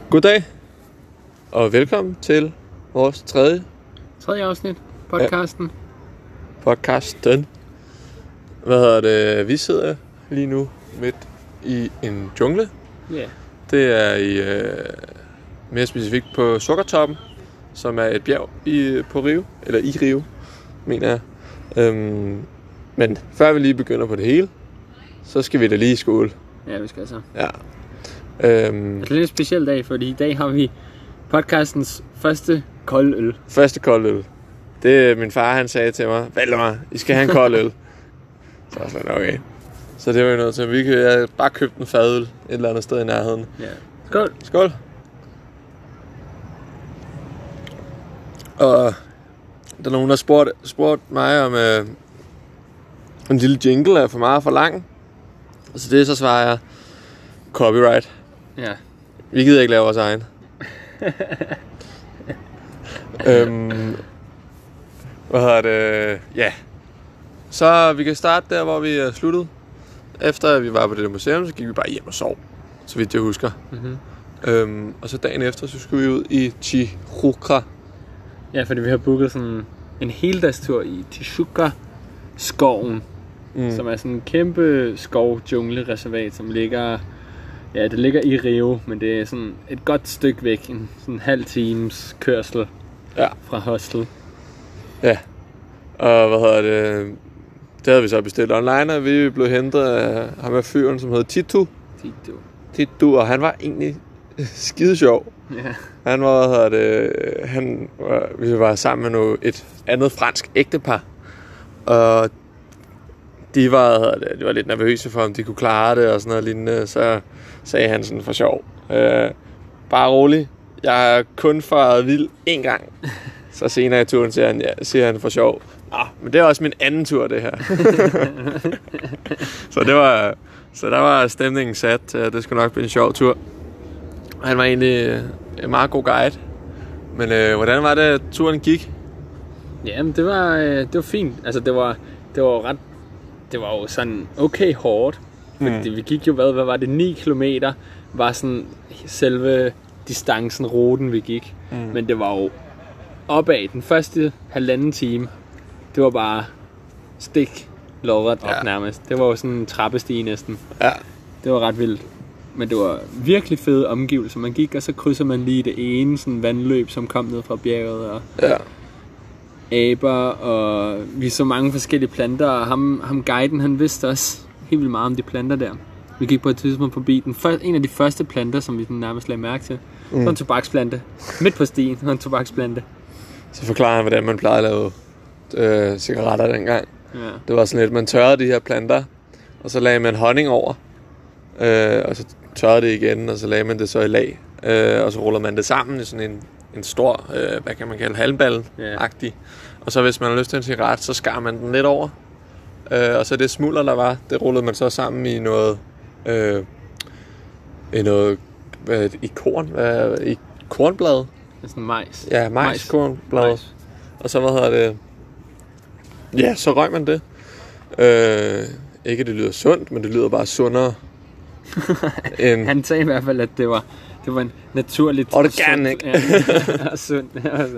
Goddag, og velkommen til vores tredje afsnit, podcasten. Podcasten. Vi sidder lige nu midt i en jungle. Ja. Det er mere specifikt på Sukkertoppen, som er et bjerg i Rio, mener jeg. Men før vi lige begynder på det hele, så skal vi da lige i skole. Ja, vi skal så. Ja. Det er lidt en speciel dag, fordi i dag har vi podcastens første kolde øl. Første kold øl. Det min far, han sagde til mig, Valdemar, I skal have en kold øl. Så var sådan, okay. Så det var jo noget til, vi kan bare købe en fadøl et eller andet sted i nærheden. Ja. Skål. Skål. Og der er nogen, der spurgte mig om en lille jingle er for meget for lang. Og så det så svarer jeg, copyright. Ja. Vi gider ikke lave vores egen. Ja. Så vi kan starte der, hvor vi sluttede. Efter vi var på det der museum, så gik vi bare hjem og sov, så vidt jeg husker. Mm-hmm. Og så dagen efter, så skulle vi ud i Tijuca. Ja, fordi vi har booket sådan en heldagstur i Tijuca-skoven, som er sådan en kæmpe skov-jungle-reservat, som ligger... Ja, det ligger i Rio, men det er sådan et godt stykke væk. En sådan halv times kørsel fra hostel. Ja. Og det havde vi så bestilt online, og vi blev hentet af ham af fyren, som hed Tito, og han var egentlig skide sjov. Ja. Vi var sammen med et andet fransk ægtepar, og de var lidt nervøse for, om de kunne klare det og sådan noget lignende. Så sagde han sådan for sjov, bare rolig, jeg er kun faret vild én gang. Så senere i turen siger han for sjov, men det er også min anden tur, det her. Så der var stemningen sat til, at det skulle nok blive en sjov tur. Han var egentlig en meget god guide. Men hvordan var det, turen gik? Jamen, det var fint. Altså, det var jo sådan okay hårdt. Fordi vi gik jo, hvad var det, 9 kilometer var sådan selve distancen, ruten vi gik. Men det var jo opad den første halvanden time. Det var bare stik lodret op nærmest. Det var jo sådan en trappestige næsten. Ja. Det var ret vildt. Men det var virkelig fede omgivelser. Man gik, og så krydser man lige det ene sådan vandløb, som kom ned fra bjerget. Og aber, og vi så mange forskellige planter. Og ham guiden, han vidste også helt vildt meget om de planter der. Vi gik på et tidspunkt forbi en af de første planter, som vi nærmest lagde mærke til. Det var en tobaksplante. Midt på stien var en tobaksplante. Så forklarer han, hvordan man plejede at lave cigaretter dengang. Ja. Det var sådan lidt, man tørrede de her planter, og så lagde man honning over. Og så tørrede det igen, og så lagde man det så i lag. Og så ruller man det sammen i sådan en stor, hvad kan man kalde, halmball-agtig. Og så hvis man har lyst til en cigaret, så skar man den lidt over. Og så det smulder, der var, det rullede man så sammen i noget i korn, i kornblad. Det er sådan majs. Ja, majskornblad. Og så så røg man det. Ikke det lyder sundt, men det lyder bare sundere. Han sagde i hvert fald, at det var en naturligt organic og sundt.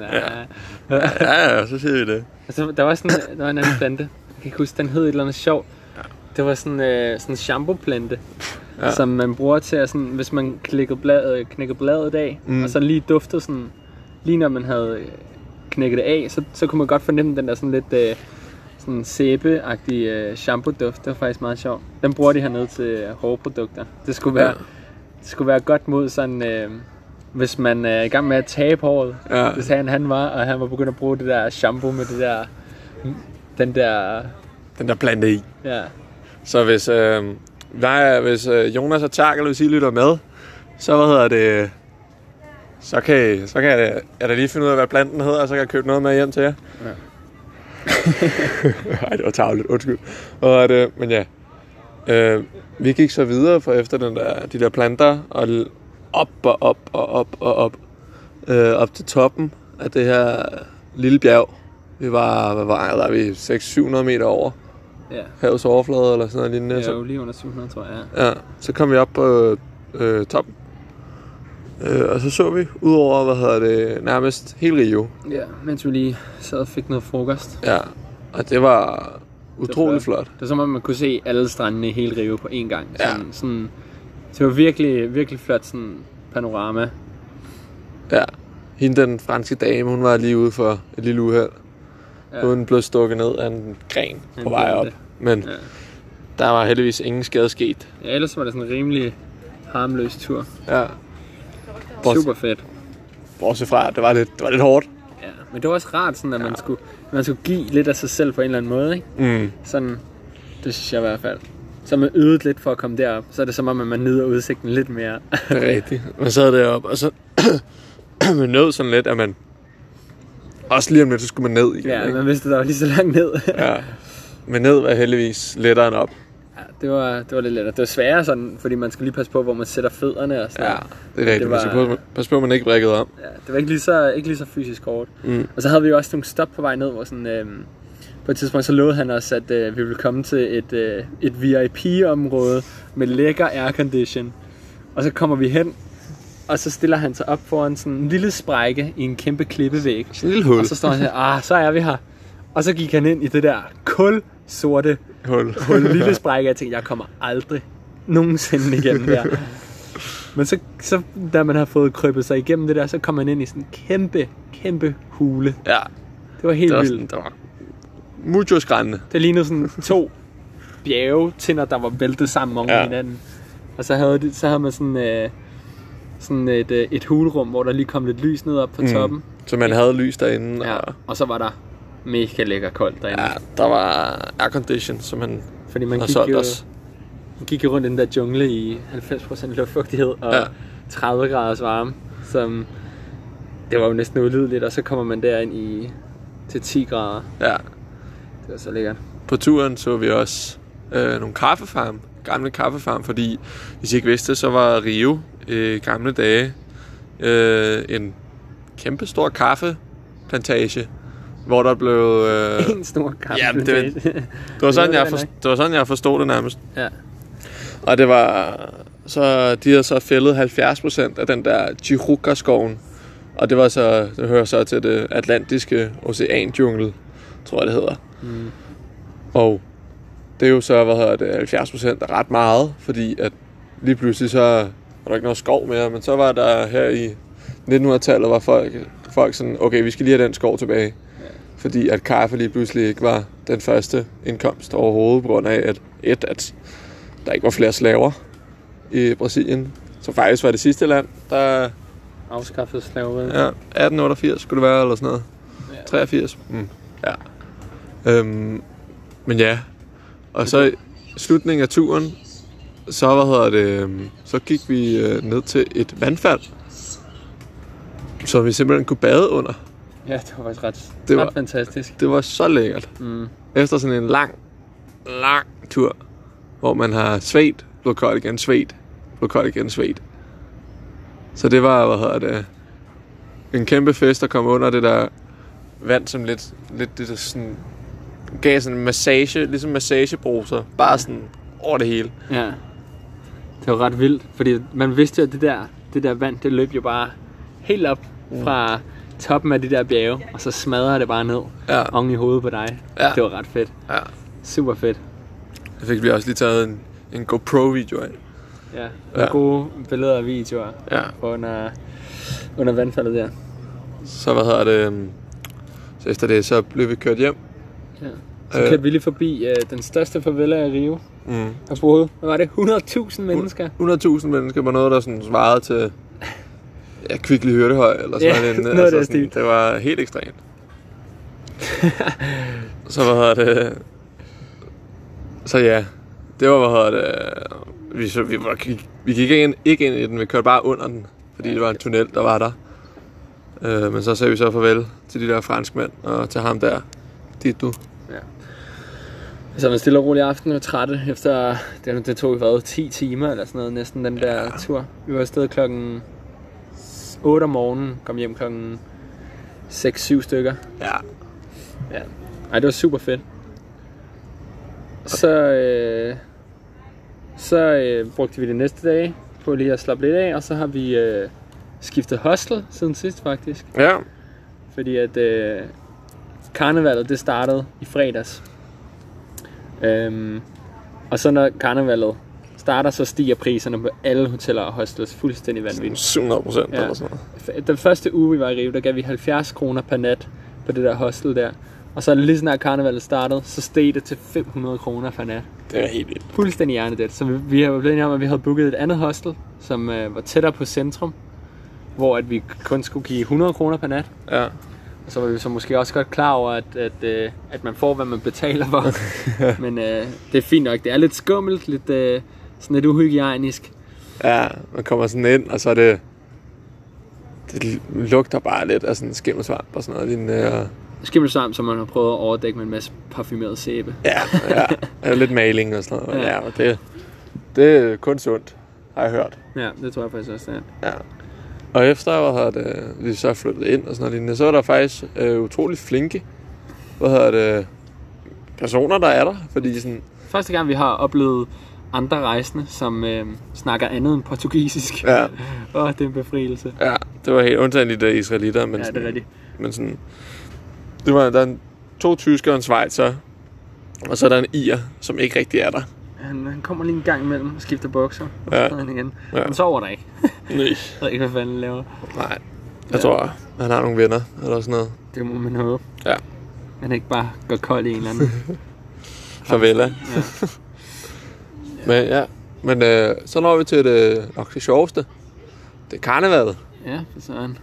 Ja, så siger vi det. Altså, der var en anden plante. Jeg kan ikke huske, den hed et eller andet sjovt. Det var sådan en shampoo-plante, som man bruger til at sådan, hvis man knækkede bladet af, og så lige duftede sådan, lige når man havde knækket det af, så kunne man godt fornemme den der sådan lidt sådan sæbe-agtige shampoo-duft. Det var faktisk meget sjovt. Den bruger de hernede til hårprodukter. Det skulle være godt mod sådan, hvis man er i gang med at tabe håret. Ja. Det sagde han var, og han var begyndt at bruge det der shampoo med det der, den der plante i. Ja. Så hvis Jonas og Tjark, eller hvis I lytter med, så kan jeg da lige finde ud af, hvad planten hedder, og så kan jeg købe noget med hjem til jer. Ja. Ej, det var tarveligt, undskyld. Men ja, vi gik så videre for efter de der planter, og op til toppen af det her lille bjerg. Vi var vi 600-700 meter over havets overflade, eller sådan noget lignende. Ja, jo lige under 700, tror jeg. Ja, så kom vi op på toppen. Og så vi udover, nærmest hele Rio. Ja, mens vi lige sad og fik noget frokost. Ja, og det var utrolig flot. Det var som om man kunne se alle strandene i hele Rio på én gang. Sådan, det var virkelig, virkelig flot sådan panorama. Ja, hende den franske dame, hun var lige ude for et lille uheld. Ja. Hun blev stukket ned af en gren på vej op. Men der var heldigvis ingen skade sket. Ja, ellers var det sådan en rimelig harmløs tur. Ja. Super fedt. Bortset fra, det var lidt hårdt. Ja, men det var også rart, sådan, at man skulle give lidt af sig selv på en eller anden måde, ikke? Mm. Sådan, det synes jeg i hvert fald. Så man ydet lidt for at komme derop, så er det som om, at man nyder udsigten lidt mere. Det er rigtigt. Man sad deroppe, og så man nød sådan lidt, at man også lige om lidt, så skulle man ned igen. Ja, ikke? man vidste, der var lige så langt ned. Ja, men ned var heldigvis lettere end op. Ja, det var lidt lettere. Det var sværere sådan, fordi man skulle lige passe på, hvor man sætter fødderne og sådan. Ja, det er rigtigt. Pas på, at man ikke brækkede om. Ja, det var ikke lige så fysisk hårdt. Mm. Og så havde vi jo også nogle stop på vej ned, hvor sådan, på et tidspunkt så lovede han os, at vi ville komme til et VIP-område med lækker aircondition. Og så kommer vi hen, og så stiller han sig op foran sådan en lille sprække i en kæmpe klippevæg. Sådan en lille hul. Og så står han her, så er vi her. Og så gik han ind i det der kulsorte hul, lille sprække. Jeg tænkte, jeg kommer aldrig nogensinde igennem der. Men så da man har fået krybet sig igennem det der, så kom man ind i sådan en kæmpe hule. Ja. Det var helt vildt. Det var mucho skræmmende. Det lignede sådan 2 bjergetinder, der var væltet sammen om hinanden. Og så havde man sådan et hulrum, hvor der lige kom lidt lys ned op på toppen. Så man havde lys derinde. Ja, og så var der mega lækker koldt derinde. Ja, der var aircondition, som man har solgt os. Man gik jo rundt i den der jungle i 90% luftfugtighed og 30 graders varme, som det var jo næsten ulideligt, og så kommer man derind til 10 grader. Ja. Det var så lækkert. På turen så vi også nogle gamle kaffefarm, fordi hvis I ikke vidste, så var Rio i gamle dage en kæmpe stor kaffeplantage, hvor der blev en stor kaffeplantage. Det var sådan jeg forstod det nærmest. Ja. Og det var så de havde så fældet 70% af den der Tijuca-skoven, og det hører så til det atlantiske oceanjungle, tror jeg det hedder. Mm. Og det er jo så 70% er ret meget, fordi at lige pludselig så var der ikke noget skov mere, men så var der her i 1900-tallet var folk sådan, okay, vi skal lige have den skov tilbage. Ja. Fordi at kaffe lige pludselig ikke var den første indkomst overhovedet, på grund af at der ikke var flere slaver i Brasilien. Så faktisk var det sidste land, der afskaffede slaveriet. Ja, 1888 skulle det være, eller sådan noget. Ja. 83. Ja. Men ja. Og så i slutningen af turen, så gik vi ned til et vandfald, som vi simpelthen kunne bade under. Ja, det var faktisk ret fantastisk. Det var så lækkert. Mm. Efter sådan en lang tur, hvor man har svedt, blev koldt igen, svedt. Så det var, en kæmpe fest at komme under det der vand, som lidt det der sådan gav sådan en massage, ligesom massagebruser, bare sådan over det hele. Ja. Det var ret vildt, fordi man vidste jo, at det der vand, det løb jo bare helt op fra toppen af de der bjerge, og så smadrer det bare ned oven i hovedet på dig. Ja. Det var ret fedt. Ja. Super fedt. Det fik vi også lige taget en GoPro-video af. Ja, gode billeder og videoer under vandfaldet der. Så så efter det, så blev vi kørt hjem. Ja. Så kørte vi lige forbi den største favela i Rio. Og boede, hvad var det? 100.000 mennesker? 100.000 mennesker var noget, der sådan svarede til Kvickly Hyrdehøj eller sådan noget. Altså, det var helt ekstremt. Så ja, det var vi gik ikke ind i den, vi kørte bare under den, fordi det var en tunnel, der var der. Men så sagde vi så farvel til de der franskmænd og til ham der, Tito. Ja. Så man stille og rolig aften og trætte efter, det tog 10 timer eller sådan noget, næsten den der tur. Vi var afsted klokken 8 om morgenen, kom hjem klokken 6-7 stykker. Ja. Ej, det var super fedt. Så brugte vi det næste dag på lige at slappe lidt af, og så har vi skiftet hostel siden sidst faktisk. Ja. Fordi at karnevalet, det startede i fredags. Og så når karnevalet starter, så stiger priserne på alle hoteller og hostels fuldstændig vanvittigt. 700% eller sådan noget. Den første uge, vi var i Rio, der gav vi 70 kroner per nat på det der hostel der. Og så lige snart karnevalet startede, så steg det til 500 kroner per nat. Det er helt vildt. Fuldstændig hjernedødt. Så vi har blevet enige om, at vi havde booket et andet hostel, som var tættere på centrum, hvor at vi kun skulle give 100 kroner per nat. Ja. Og så var vi så måske også godt klar over, at man får, hvad man betaler for. Men det er fint nok. Det er lidt skummelt, lidt, sådan lidt uhygiejnisk. Ja, man kommer sådan ind, og så er det lugter bare lidt af sådan skimmelsvamp og sådan noget lignende. Skimmelsvamp, som man har prøvet at overdække med en masse parfumeret sæbe. Ja. Lidt maling og sådan noget. Ja, og det er kun sundt, har jeg hørt. Ja, det tror jeg faktisk også, det er. Ja. Og efter, vi så flyttet ind og sådan noget lignende, så er der faktisk utroligt flinke, personer, der er der, fordi sådan... Første gang, vi har oplevet andre rejsende, som snakker andet end portugisisk. Ja. Det er en befrielse. Ja, det var helt undtagen de der israelitter, men ja, det er rigtigt. Men sådan... Der er 2 tyskere og en schweizer, og så er der en irer, som ikke rigtig er der. Han kommer lige en gang imellem og skifter bukser, og så han igen. Ja. Han sover der ikke. Nej. Jeg ved ikke, hvad fanden han laver. Nej, jeg tror, han har nogle venner, eller sådan noget. Det må man håbe. Ja. Han ikke bare går kold i en eller anden. Farvel. Ja. Men så når vi til det nok det sjoveste. Det er karnevalet. Ja, for sådan.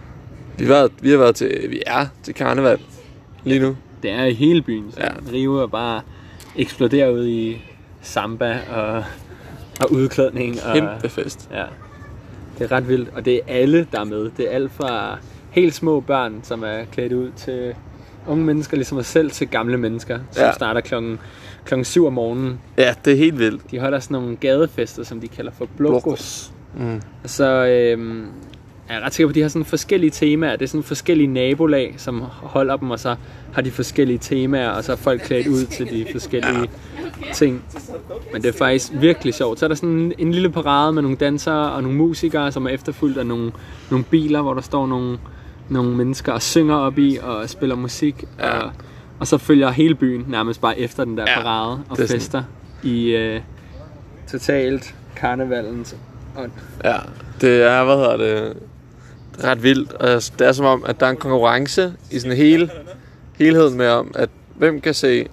Vi er til karneval lige nu. Det er i hele byen. Så Ja. Rio er bare eksploderer ud i samba og udklædning. Kæmpe fest. Ja. Det er ret vildt, og det er alle, der er med. Det er alt fra helt små børn, som er klædt ud, til unge mennesker, ligesom os selv, til gamle mennesker, som starter klokken 7 om morgenen. Ja, det er helt vildt. De holder sådan nogle gadefester, som de kalder for blokos. Og så er jeg ret sikker på, at de har sådan forskellige temaer. Det er sådan forskellige nabolag, som holder dem, og så har de forskellige temaer, og så er folk klædt ud til de forskellige ting. Men det er faktisk virkelig sjovt. Så er der sådan en lille parade med nogle dansere og nogle musikere, som er efterfulgt af nogle biler, hvor der står nogle mennesker og synger op i og spiller musik. Og så følger hele byen nærmest bare efter den der parade og fester i totalt karnevalens ånd. Ja, det er, ret vildt. Og det er som om, at der er en konkurrence i sådan helheden med om, at hvem kan se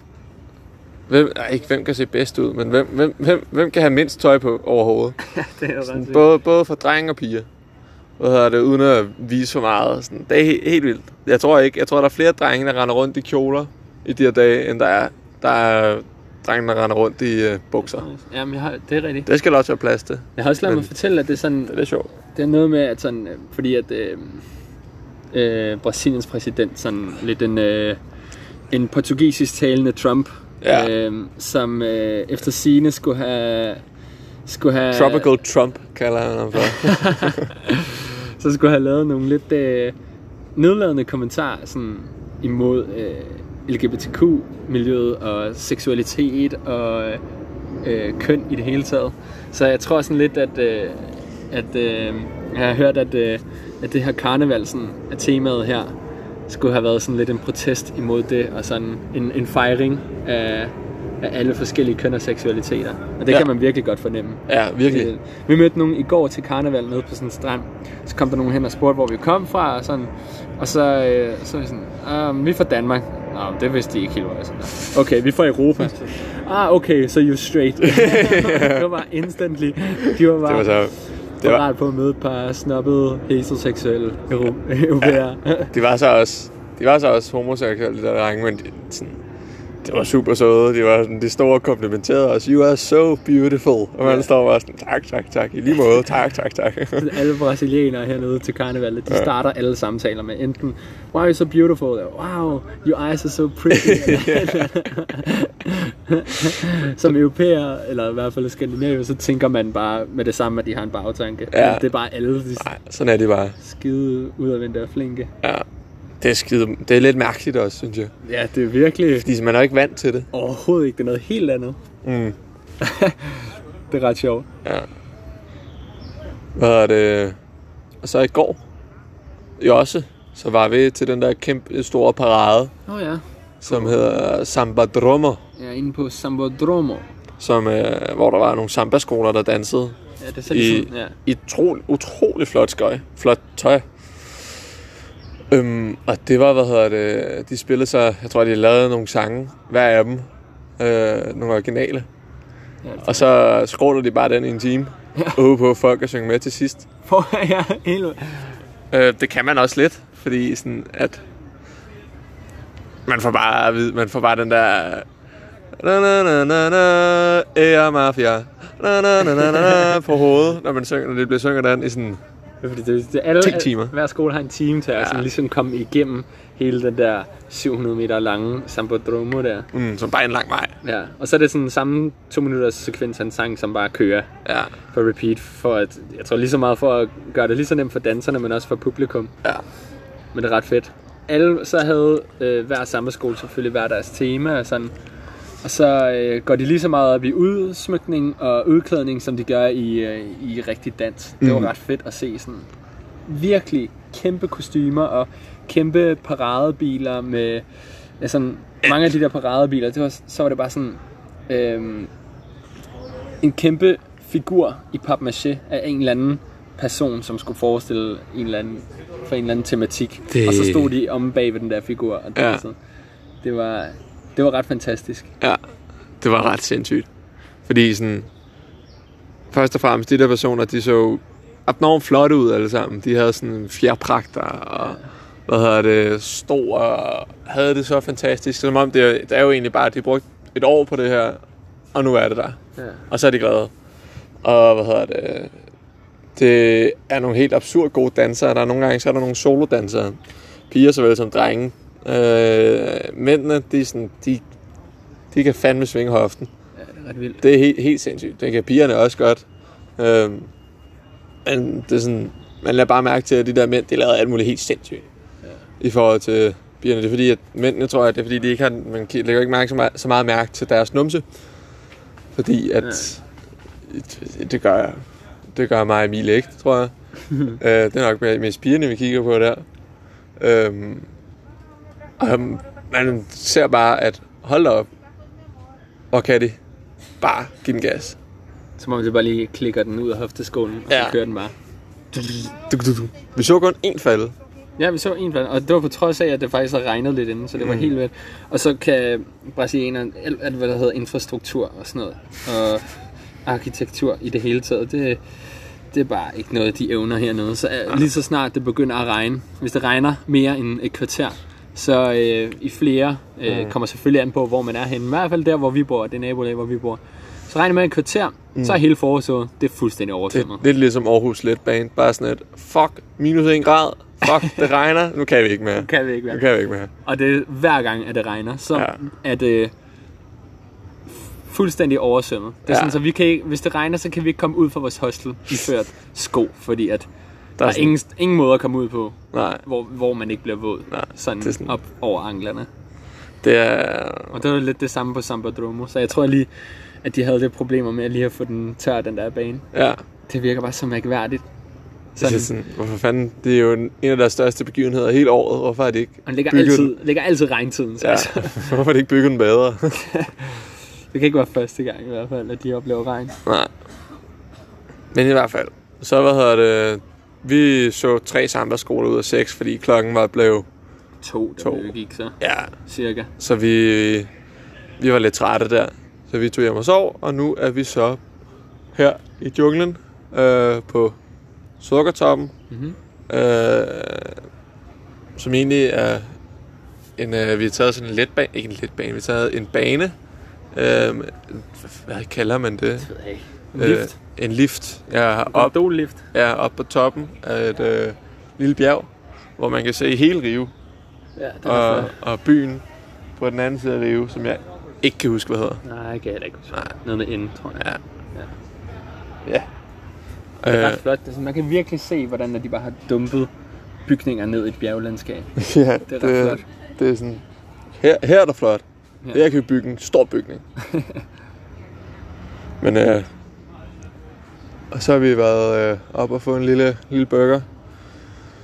bedst ud, men hvem kan have mindst tøj på overhovedet. Ja, det er jo ret både for drenge og piger. Uden at vise for meget. Sådan, det er helt vildt. Jeg tror, der er flere drenge, der render rundt i kjoler i de her dage, end der er drenge, der render rundt i bukser. Jamen, det er rigtigt. Det skal der også være plads til. Jeg har også ladet mig fortælle, at det er sådan... Det er sjovt. Det er noget med, at sådan, fordi at Brasiliens præsident, sådan lidt en portugisisk talende Trump, som efter sigende skulle have... Tropical Trump, kalder han ham for. Så skulle have lavet nogle lidt nedladende kommentarer sådan, imod LGBTQ-miljøet og seksualitet og køn i det hele taget. Så jeg tror sådan lidt, at jeg har hørt, at det her karneval, sådan, at temaet her, skulle have været sådan lidt en protest imod det, og sådan en fejring af alle forskellige køn og seksualiteter. Og det kan man virkelig godt fornemme. Ja, virkelig. Vi mødte nogen i går til karneval nede på sådan en strand. Så kom der nogen hen og spurgte, hvor vi kom fra, og sådan. Og så er vi sådan, vi er fra Danmark. Nå, det vidste de ikke helt, hvor jeg sådan. Okay, vi er fra Europa. Okay, so you're straight. Det var bare instantly. De var bare parat på at møde et par snobbede heteroseksuelle europæere. De var så også homoseksuelle, der drenge, men det var super søde. De var sådan, de store og komplimenterede os. You are so beautiful. Og man står bare sådan, tak. I lige måde, tak. Alle brasilianere hernede til karnevalet, de starter alle samtaler med enten, wow, you're so beautiful, wow, your eyes are so pretty. Som europæer, eller i hvert fald skandinaver, så tænker man bare med det samme, at de har en bagtanke. Ja. Det er bare alle, nej, sådan er de bare. Skide udadvendte og flinke. Ja. Det er lidt mærkeligt også, synes jeg. Ja, det er virkelig... Fordi man er ikke vant til det. Overhovedet ikke. Det er noget helt andet. Det er ret sjovt. Ja. Hvad er det? Og så i går, så var vi til den der kæmpe store parade, som hedder Sambadromo. Ja, inde på Sambadromo. Som, hvor der var nogle samba-skoler, der dansede i utrolig flot flot tøj. Og det var, de spillede så, jeg tror, de lavede nogle sange, hver af dem, nogle originale. Ja, og så skråler de bare den i en time, og håber på, at folk kan synge med til sidst. Ja, helt. Det kan man også lidt, fordi sådan, at man får bare den der mafia på hovedet, når det bliver sunget den i sådan alle, 10 timer. Hver skole har en time til at ligesom komme igennem hele den der 700 meter lange Sambadromo der. Som bare en lang vej. Ja, og så er det sådan samme 2 minutters sekvens af en sang, som bare kører for repeat, for at, jeg tror lige så meget for at gøre det lige så nemt for danserne, men også for publikum. Ja. Men det er ret fedt. Alle så havde hver samba-skole selvfølgelig hver deres tema og sådan. Og så går de lige så meget op i udsmykning og udklædning, som de gør i rigtig dans. Det var ret fedt at se sådan virkelig kæmpe kostymer og kæmpe paradebiler med sådan mange af de der paradebiler. Så var det bare sådan en kæmpe figur i papmaché af en eller anden person, som skulle forestille en eller anden tematik. Og så stod de omme bag ved den der figur. Og det var ret fantastisk. Ja, det var ret sindssygt. Fordi sådan, først og fremmest, de der personer, de så abnormt flotte ud alle sammen. De havde sådan fjerpragter og store, havde det så fantastisk. Som om det er jo egentlig bare, at de brugte et år på det her, og nu er det der. Ja. Og så er de glade. Og det er nogle helt absurd gode dansere. Der er nogle gange, så er der nogle solodansere. Piger såvel som drenge. Mændene, de kan fandme svinge hoften. Ja, det er ret vildt. Det er helt sindssygt. Det kan pigerne også godt. Men det er sådan, man lader bare mærke til, at de der mænd, de lavede alt muligt helt sindssygt. I forhold til pigerne. Det er fordi, at mændene, tror jeg, det er fordi, de ikke har, man lægger ikke mærke så meget mærke til deres numse. Fordi at det gør mig og Emilie ikke, tror jeg. Det er nok mest pigerne, vi kigger på der. Og man ser bare, at hold op, hvor kan de bare give den gas. Som om det bare lige klikker den ud af hofteskålen, og så kører den bare. Vi så kun én falde. Ja, vi så én falde, og det var på trods af, at det faktisk havde regnet lidt inden, så det var helt vildt. Og så kan brasilianerne, alt hvad der hedder infrastruktur og sådan noget, og arkitektur i det hele taget, det er bare ikke noget, de evner hernede. Så lige så snart det begynder at regne, hvis det regner mere end et kvarter, så i flere kommer selvfølgelig an på, hvor man er henne. I hvert fald der, hvor vi bor, det nabolag, hvor vi bor. Så regner med et kvarter, så er hele forårsået, det er fuldstændig oversvømmet. Det er lidt ligesom Aarhus Letbane, bare sådan et, fuck, -1 grad, fuck, det regner, nu kan vi ikke mere. Nu kan vi ikke mere. Og det hver gang, at det regner, så er det fuldstændig oversvømmet. Det er sådan, så vi kan ikke, hvis det regner, så kan vi ikke komme ud fra vores hostel iført sko, fordi at der er ingen måde at komme ud på, hvor man ikke bliver våd. Sådan op over anklerne. Og det var lidt det samme på Sambadromo, så jeg tror lige, at de havde lidt problemer med at lige at få den tør, den der bane. Ja. Det virker bare så mærkværdigt. Sådan, hvorfor fanden? Det er jo en af deres største begivenheder hele året. Hvorfor er det ikke og ligger altid regntiden. Så hvorfor er det ikke bygget den bedre? Det kan ikke være første gang i hvert fald, at de oplever regn. Nej. Men i hvert fald, så vi så 3 samba-skoler ud af 6, fordi klokken var blevet 2, da vi gik så. Ja. Cirka. Så vi var lidt trætte der. Så vi tog hjem og sov, og nu er vi så her i junglen på Sukkertoppen. Som egentlig er vi har taget sådan en letbane, ikke en letbane, vi har taget en bane. Hvad kalder man det? Det ved jeg ikke. En lift? En lift. Ja, op på toppen af et lille bjerg, hvor man kan se hele Rio. Ja, og byen på den anden side af Rio, som jeg ikke kan huske, hvad hedder. Nej, jeg kan heller ikke huske. Noget med N, tror jeg. Ja. Det er ret flot. Det er, man kan virkelig se, hvordan de bare har dumpet bygninger ned i et bjerglandskab. Ja, det er ret flot. Det er sådan, her er der flot. Ja. Her kan vi bygge en stor bygning. Men og så har vi været op og få en lille burger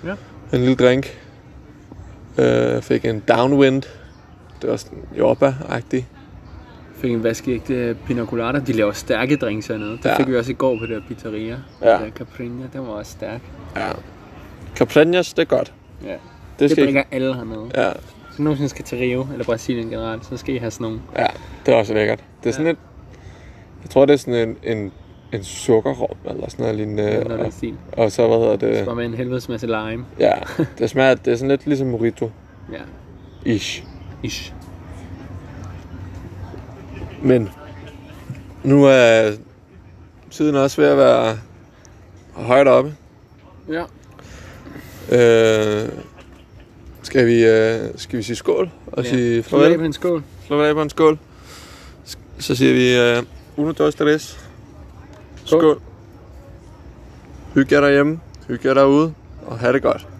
Ja. En lille drink. Fik en downwind. Det var sådan jordbær-agtig. Fik en vaskeægte pina colada. De laver stærke drinks hernede. Det fik vi også i går på det der pizzeria. Ja. Der Caprinha, den var også stærk. Ja. Caipirinhas, det er godt. Ja. Det drikker alle hernede. Ja. Så nogensinde skal til Rio, eller Brasilien generelt, så skal I have sådan nogle. Ja, det er også lækkert. Det er sådan et... Jeg tror, det er sådan en sukkerrom, eller sådan noget lignende. Og så, hvad hedder det? Så med en helvedes masse lime. Ja, det smager... Det er sådan lidt ligesom mojito. Ja. Ish. Ish. Men nu er tiden også ved at være højt oppe. Ja. Skal vi sige skål og sige farvel? Slå af på en skål. Slå af på en skål. Så siger vi uno, dos, tres. Skål. Hyg jer derhjemme, hyg jer derude, og have det godt.